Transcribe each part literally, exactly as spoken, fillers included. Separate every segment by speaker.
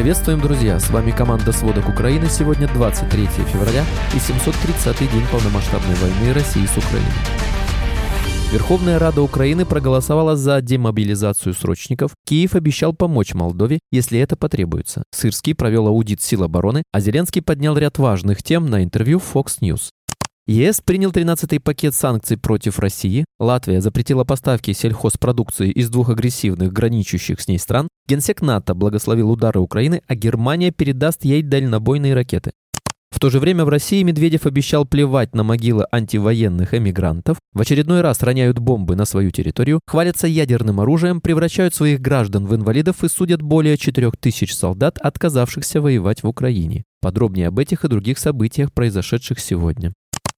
Speaker 1: Приветствуем, друзья! С вами команда «Сводок Украины». Сегодня двадцать третье февраля и семьсот тридцатый день полномасштабной войны России с Украиной. Верховная Рада Украины проголосовала за демобилизацию срочников. Киев обещал помочь Молдове, если это потребуется. Сырский провел аудит сил обороны, а Зеленский поднял ряд важных тем на интервью в Fox News. ЕС принял тринадцатый пакет санкций против России, Латвия запретила поставки сельхозпродукции из двух агрессивных, граничащих с ней стран, Генсек НАТО благословил удары Украины, а Германия передаст ей дальнобойные ракеты. В то же время в России Медведев обещал плевать на могилы антивоенных эмигрантов, в очередной раз роняют бомбы на свою территорию, хвалятся ядерным оружием, превращают своих граждан в инвалидов и судят более четырех тысяч солдат, отказавшихся воевать в Украине. Подробнее об этих и других событиях, произошедших сегодня.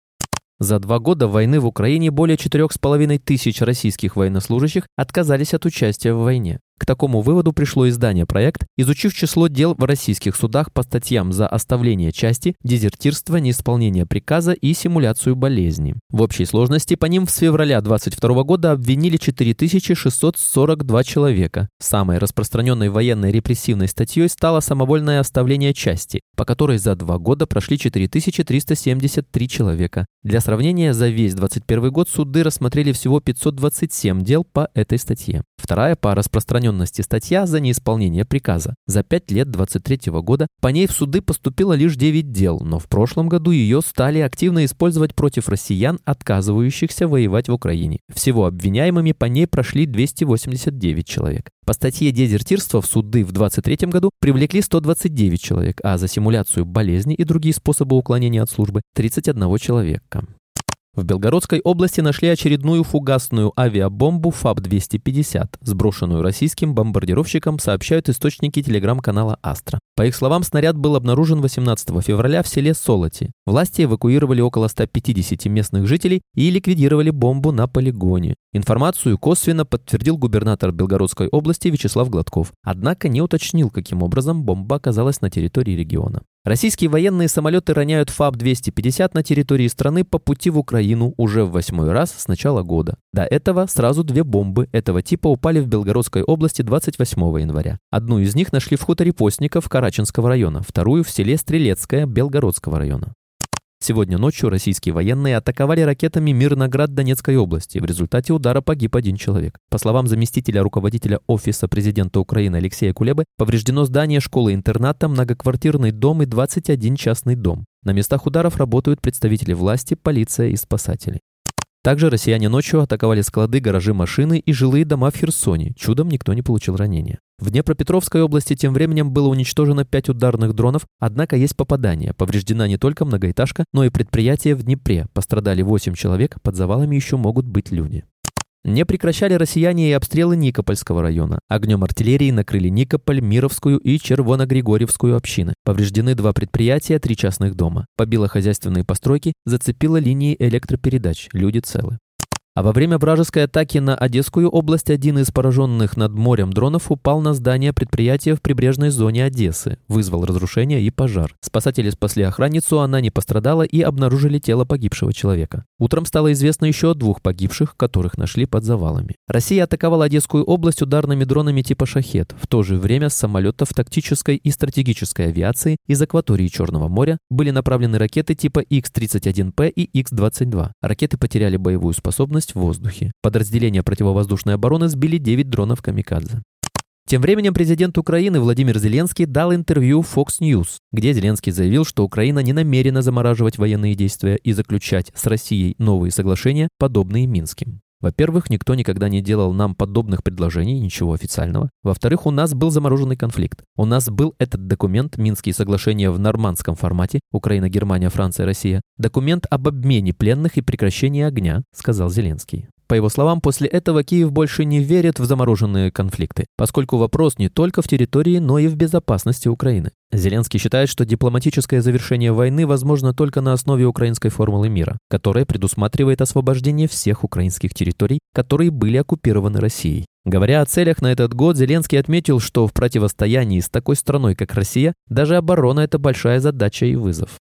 Speaker 1: За два года войны в Украине более четырех с половиной тысяч российских военнослужащих отказались от участия в войне. К такому выводу пришло издание «Проект», изучив число дел в российских судах по статьям за оставление части, дезертирство, неисполнение приказа и симуляцию болезни. В общей сложности по ним с февраля двадцать второго года обвинили четыре тысячи шестьсот сорок два человека. Самой распространенной военной репрессивной статьей стало самовольное оставление части, по которой за два года прошли четыре тысячи триста семьдесят три человека. Для сравнения, за весь двадцать первый год суды рассмотрели всего пятьсот двадцать семь дел по этой статье. Вторая по распространенности статья за неисполнение приказа. За пять лет двадцать третьего года по ней в суды поступило лишь девять дел, но в прошлом году ее стали активно использовать против россиян, отказывающихся воевать в Украине. Всего обвиняемыми по ней прошли двести восемьдесят девять человек. По статье дезертирства в суды в двадцать третьем году привлекли сто двадцать девять человек, а за симуляцию болезни и другие способы уклонения от службы тридцать один человека. В Белгородской области нашли очередную фугасную авиабомбу ФАБ двести пятьдесят, сброшенную российским бомбардировщиком, сообщают источники телеграм-канала «Астра». По их словам, снаряд был обнаружен восемнадцатого февраля в селе Солоти. Власти эвакуировали около ста пятидесяти местных жителей и ликвидировали бомбу на полигоне. Информацию косвенно подтвердил губернатор Белгородской области Вячеслав Гладков, однако не уточнил, каким образом бомба оказалась на территории региона. Российские военные самолеты роняют ФАБ двести пятьдесят на территории страны по пути в Украину уже в восьмой раз с начала года. До этого сразу две бомбы этого типа упали в Белгородской области двадцать восьмого января. Одну из них нашли в хуторе Постников Карачинского района, вторую в селе Стрелецкое Белгородского района. Сегодня ночью российские военные атаковали ракетами Мирноград Донецкой области. В результате удара погиб один человек. По словам заместителя руководителя Офиса президента Украины Алексея Кулебы, повреждено здание школы-интерната, многоквартирный дом и двадцать один частный дом. На местах ударов работают представители власти, полиция и спасатели. Также россияне ночью атаковали склады, гаражи, машины и жилые дома в Херсоне. Чудом никто не получил ранения. В Днепропетровской области тем временем было уничтожено пять ударных дронов, однако есть попадания. Повреждена не только многоэтажка, но и предприятие в Днепре. Пострадали восемь человек, под завалами еще могут быть люди. Не прекращали россияне и обстрелы Никопольского района. Огнем артиллерии накрыли Никополь, Мировскую и Червоногригорьевскую общины. Повреждены два предприятия, три частных дома. Побило хозяйственные постройки, зацепило линии электропередач. Люди целы. А во время вражеской атаки на Одесскую область один из пораженных над морем дронов упал на здание предприятия в прибрежной зоне Одессы, вызвал разрушение и пожар. Спасатели спасли охранницу, она не пострадала и обнаружили тело погибшего человека. Утром стало известно еще о двух погибших, которых нашли под завалами. Россия атаковала Одесскую область ударными дронами типа «Шахед». В то же время с самолетов тактической и стратегической авиации из акватории Черного моря были направлены ракеты типа икс тридцать один пэ и икс двадцать два. Ракеты потеряли боевую способность в воздухе. Подразделения противовоздушной обороны сбили девять дронов «Камикадзе». Тем временем президент Украины Владимир Зеленский дал интервью Fox News, где Зеленский заявил, что Украина не намерена замораживать военные действия и заключать с Россией новые соглашения, подобные Минским. Во-первых, никто никогда не делал нам подобных предложений, ничего официального. Во-вторых, у нас был замороженный конфликт. У нас был этот документ, Минские соглашения в нормандском формате, Украина, Германия, Франция, Россия. Документ об обмене пленных и прекращении огня, сказал Зеленский. По его словам, после этого Киев больше не верит в замороженные конфликты, поскольку вопрос не только в территории, но и в безопасности Украины. Зеленский считает, что дипломатическое завершение войны возможно только на основе украинской формулы мира, которая предусматривает освобождение всех украинских территорий, которые были оккупированы Россией. Говоря о целях на этот год, Зеленский отметил, что в противостоянии с такой страной, как Россия, даже оборона – это большая задача и вызов.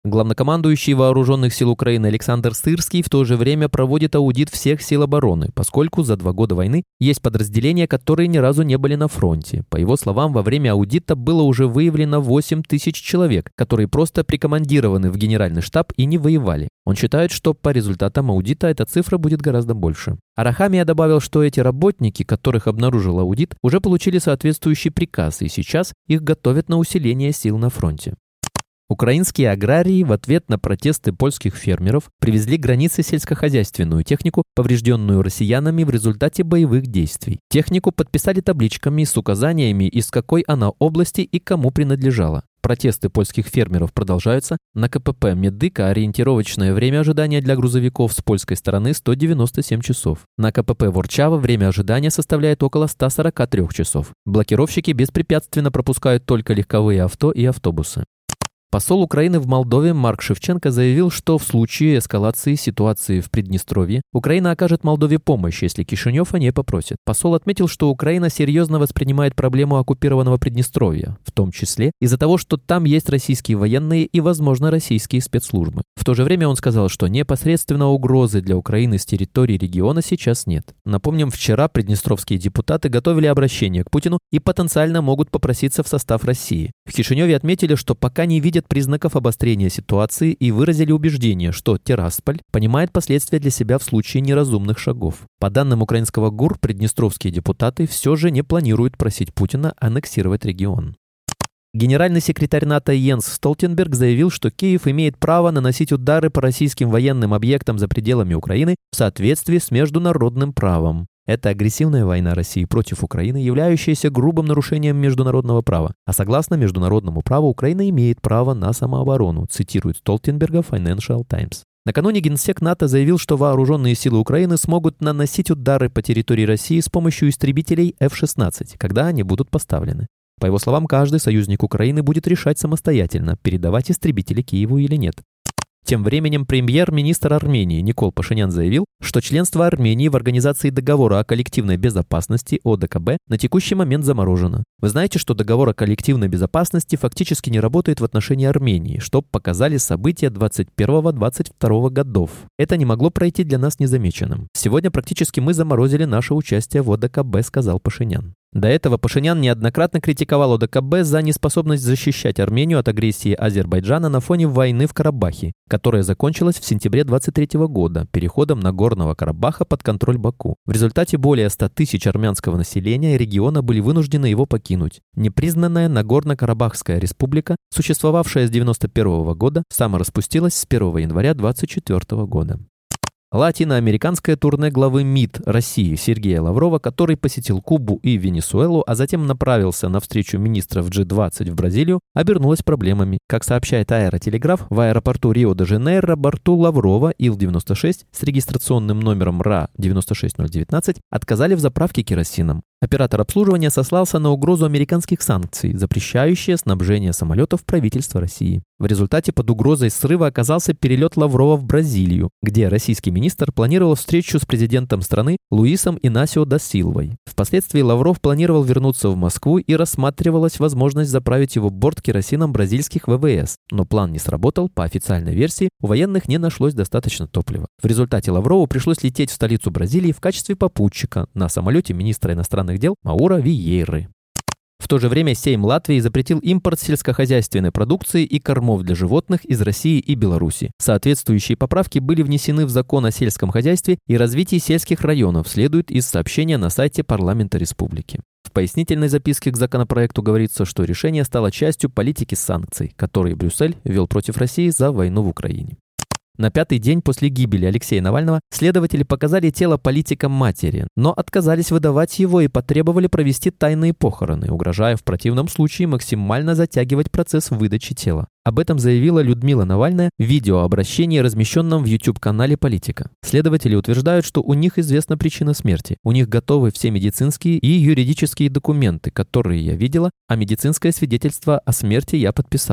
Speaker 1: Главнокомандующий Вооруженных сил Украины Александр Сырский в то же время проводит аудит всех сил обороны, поскольку за два года войны есть подразделения, которые ни разу не были на фронте. По его словам, во время аудита было уже выявлено восемь тысяч человек, которые просто прикомандированы в генеральный штаб и не воевали. Он считает, что по результатам аудита эта цифра будет гораздо больше. Арахамия добавил, что эти работники, которых обнаружил аудит, уже получили соответствующий приказ, и сейчас их готовят на усиление сил на фронте. Украинские аграрии в ответ на протесты польских фермеров привезли к границе сельскохозяйственную технику, поврежденную россиянами в результате боевых действий. Технику подписали табличками с указаниями, из какой она области и кому принадлежала. Протесты польских фермеров продолжаются. На КПП Медыка ориентировочное время ожидания для грузовиков с польской стороны сто девяносто семь часов. На КПП Ворчава время ожидания составляет около ста сорока трёх часов. Блокировщики беспрепятственно пропускают только легковые авто и автобусы. Посол Украины в Молдове Марк Шевченко заявил, что в случае эскалации ситуации в Приднестровье Украина окажет Молдове помощь, если Кишинев о ней попросит. Посол отметил, что Украина серьезно воспринимает проблему оккупированного Приднестровья, в том числе из-за того, что там есть российские военные и, возможно, российские спецслужбы. В то же время он сказал, что непосредственно угрозы для Украины с территории региона сейчас нет. Напомним, вчера приднестровские депутаты готовили обращение к Путину и потенциально могут попроситься в состав России. В Кишиневе отметили, что пока не видят признаков обострения ситуации и выразили убеждение, что Тирасполь понимает последствия для себя в случае неразумных шагов. По данным украинского ГУР, приднестровские депутаты все же не планируют просить Путина аннексировать регион. Генеральный секретарь НАТО Йенс Столтенберг заявил, что Киев имеет право наносить удары по российским военным объектам за пределами Украины в соответствии с международным правом. Это агрессивная война России против Украины, являющаяся грубым нарушением международного права. А согласно международному праву, Украина имеет право на самооборону, цитирует Столтенберга Financial Times. Накануне генсек НАТО заявил, что вооруженные силы Украины смогут наносить удары по территории России с помощью истребителей эф шестнадцать, когда они будут поставлены. По его словам, каждый союзник Украины будет решать самостоятельно, передавать истребители Киеву или нет. Тем временем премьер-министр Армении Никол Пашинян заявил, что членство Армении в Организации договора о коллективной безопасности о дэ ка бэ на текущий момент заморожено. Вы знаете, что договор о коллективной безопасности фактически не работает в отношении Армении, что показали события двадцать первого — двадцать второго годов. Это не могло пройти для нас незамеченным. Сегодня практически мы заморозили наше участие в о дэ ка бэ, сказал Пашинян. До этого Пашинян неоднократно критиковал о дэ ка бэ за неспособность защищать Армению от агрессии Азербайджана на фоне войны в Карабахе, которая закончилась в сентябре двадцать третьего года переходом Нагорного Карабаха под контроль Баку. В результате более ста тысяч армянского населения региона были вынуждены его покинуть. Непризнанная Нагорно-Карабахская республика, существовавшая с девяносто первого года, самораспустилась с первого января двадцать четвёртого года. Латиноамериканское турне главы МИД России Сергея Лаврова, который посетил Кубу и Венесуэлу, а затем направился на встречу министров джи двадцать в Бразилию, обернулось проблемами. Как сообщает Аэротелеграф, в аэропорту Рио-де-Жанейро борту Лаврова Ил девяносто шесть с регистрационным номером РА девяносто шесть ноль девятнадцать отказали в заправке керосином. Оператор обслуживания сослался на угрозу американских санкций, запрещающие снабжение самолетов правительства России. В результате под угрозой срыва оказался перелет Лаврова в Бразилию, где российский министр планировал встречу с президентом страны Луисом Инасио да Силвой. Впоследствии Лавров планировал вернуться в Москву и рассматривалась возможность заправить его борт керосином бразильских вэ вэ эс. Но план не сработал, по официальной версии, у военных не нашлось достаточно топлива. В результате Лаврову пришлось лететь в столицу Бразилии в качестве попутчика на самолете министра иностранных дел Мауро Виейры. В то же время Сейм Латвии запретил импорт сельскохозяйственной продукции и кормов для животных из России и Беларуси. Соответствующие поправки были внесены в закон о сельском хозяйстве и развитии сельских районов, следует из сообщения на сайте парламента республики. В пояснительной записке к законопроекту говорится, что решение стало частью политики санкций, которые Брюссель вел против России за войну в Украине. На пятый день после гибели Алексея Навального следователи показали тело политика матери, но отказались выдавать его и потребовали провести тайные похороны, угрожая в противном случае максимально затягивать процесс выдачи тела. Об этом заявила Людмила Навальная в видеообращении, размещенном в YouTube-канале «Политика». Следователи утверждают, что у них известна причина смерти. У них готовы все медицинские и юридические документы, которые я видела, а медицинское свидетельство о смерти я подписала.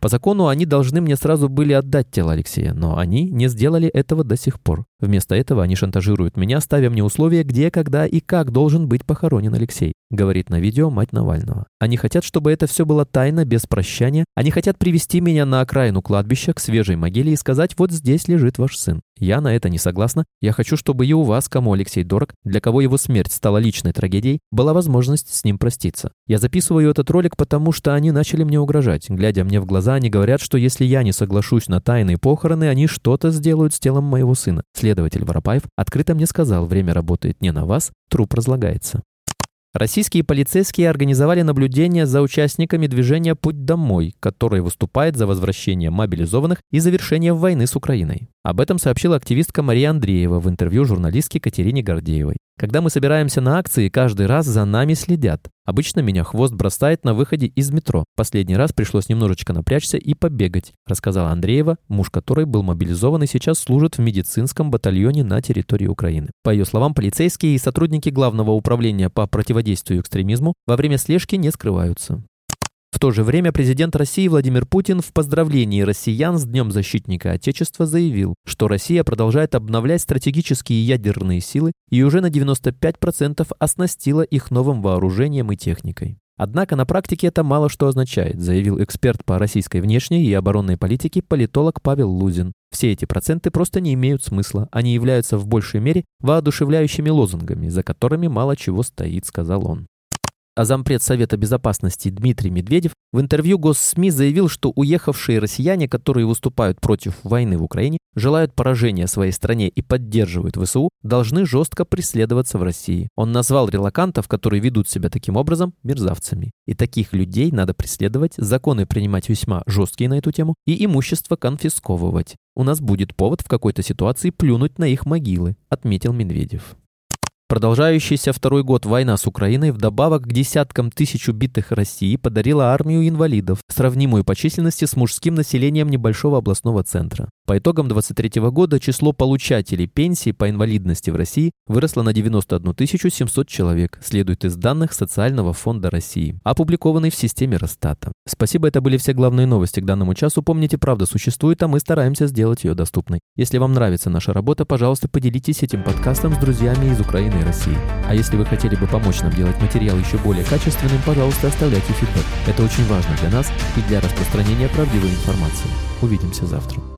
Speaker 1: По закону они должны мне сразу были отдать тело Алексея, но они не сделали этого до сих пор. Вместо этого они шантажируют меня, ставя мне условия, где, когда и как должен быть похоронен Алексей, говорит на видео мать Навального. Они хотят, чтобы это все было тайно, без прощания. Они хотят привести меня на окраину кладбища, к свежей могиле и сказать: вот здесь лежит ваш сын. Я на это не согласна. Я хочу, чтобы и у вас, кому Алексей дорог, для кого его смерть стала личной трагедией, была возможность с ним проститься. Я записываю этот ролик, потому что они начали мне угрожать. Глядя мне в глаза, они говорят, что если я не соглашусь на тайные похороны, они что-то сделают с телом моего сына. Следователь Воропаев открыто мне сказал: время работает не на вас, труп разлагается. Российские полицейские организовали наблюдение за участниками движения «Путь домой», которое выступает за возвращение мобилизованных и завершение войны с Украиной. Об этом сообщила активистка Мария Андреева в интервью журналистке Катерине Гордеевой. «Когда мы собираемся на акции, каждый раз за нами следят. Обычно меня хвост бросает на выходе из метро. Последний раз пришлось немножечко напрячься и побегать», рассказала Андреева, муж которой был мобилизован и сейчас служит в медицинском батальоне на территории Украины. По ее словам, полицейские и сотрудники Главного управления по противодействию экстремизму во время слежки не скрываются. В то же время президент России Владимир Путин в поздравлении россиян с Днем защитника Отечества заявил, что Россия продолжает обновлять стратегические ядерные силы и уже на девяносто пять процентов оснастила их новым вооружением и техникой. Однако на практике это мало что означает, заявил эксперт по российской внешней и оборонной политике политолог Павел Лузин. Все эти проценты просто не имеют смысла, они являются в большей мере воодушевляющими лозунгами, за которыми мало чего стоит, сказал он. А зампред Совета Безопасности Дмитрий Медведев в интервью Госсми заявил, что уехавшие россияне, которые выступают против войны в Украине, желают поражения своей стране и поддерживают ВСУ, должны жестко преследоваться в России. Он назвал релокантов, которые ведут себя таким образом, мерзавцами. И таких людей надо преследовать, законы принимать весьма жесткие на эту тему и имущество конфисковывать. У нас будет повод в какой-то ситуации плюнуть на их могилы, отметил Медведев. Продолжающаяся второй год война с Украиной вдобавок к десяткам тысяч убитых России подарила армию инвалидов, сравнимую по численности с мужским населением небольшого областного центра. По итогам двадцать третьего года число получателей пенсии по инвалидности в России выросло на девяносто одну тысячу семьсот человек, следует из данных Социального фонда России, опубликованных в системе Росстата. Спасибо, это были все главные новости к данному часу. Помните, правда существует, а мы стараемся сделать ее доступной. Если вам нравится наша работа, пожалуйста, поделитесь этим подкастом с друзьями из Украины и России. А если вы хотели бы помочь нам делать материал еще более качественным, пожалуйста, оставляйте фидбэк. Это очень важно для нас и для распространения правдивой информации. Увидимся завтра.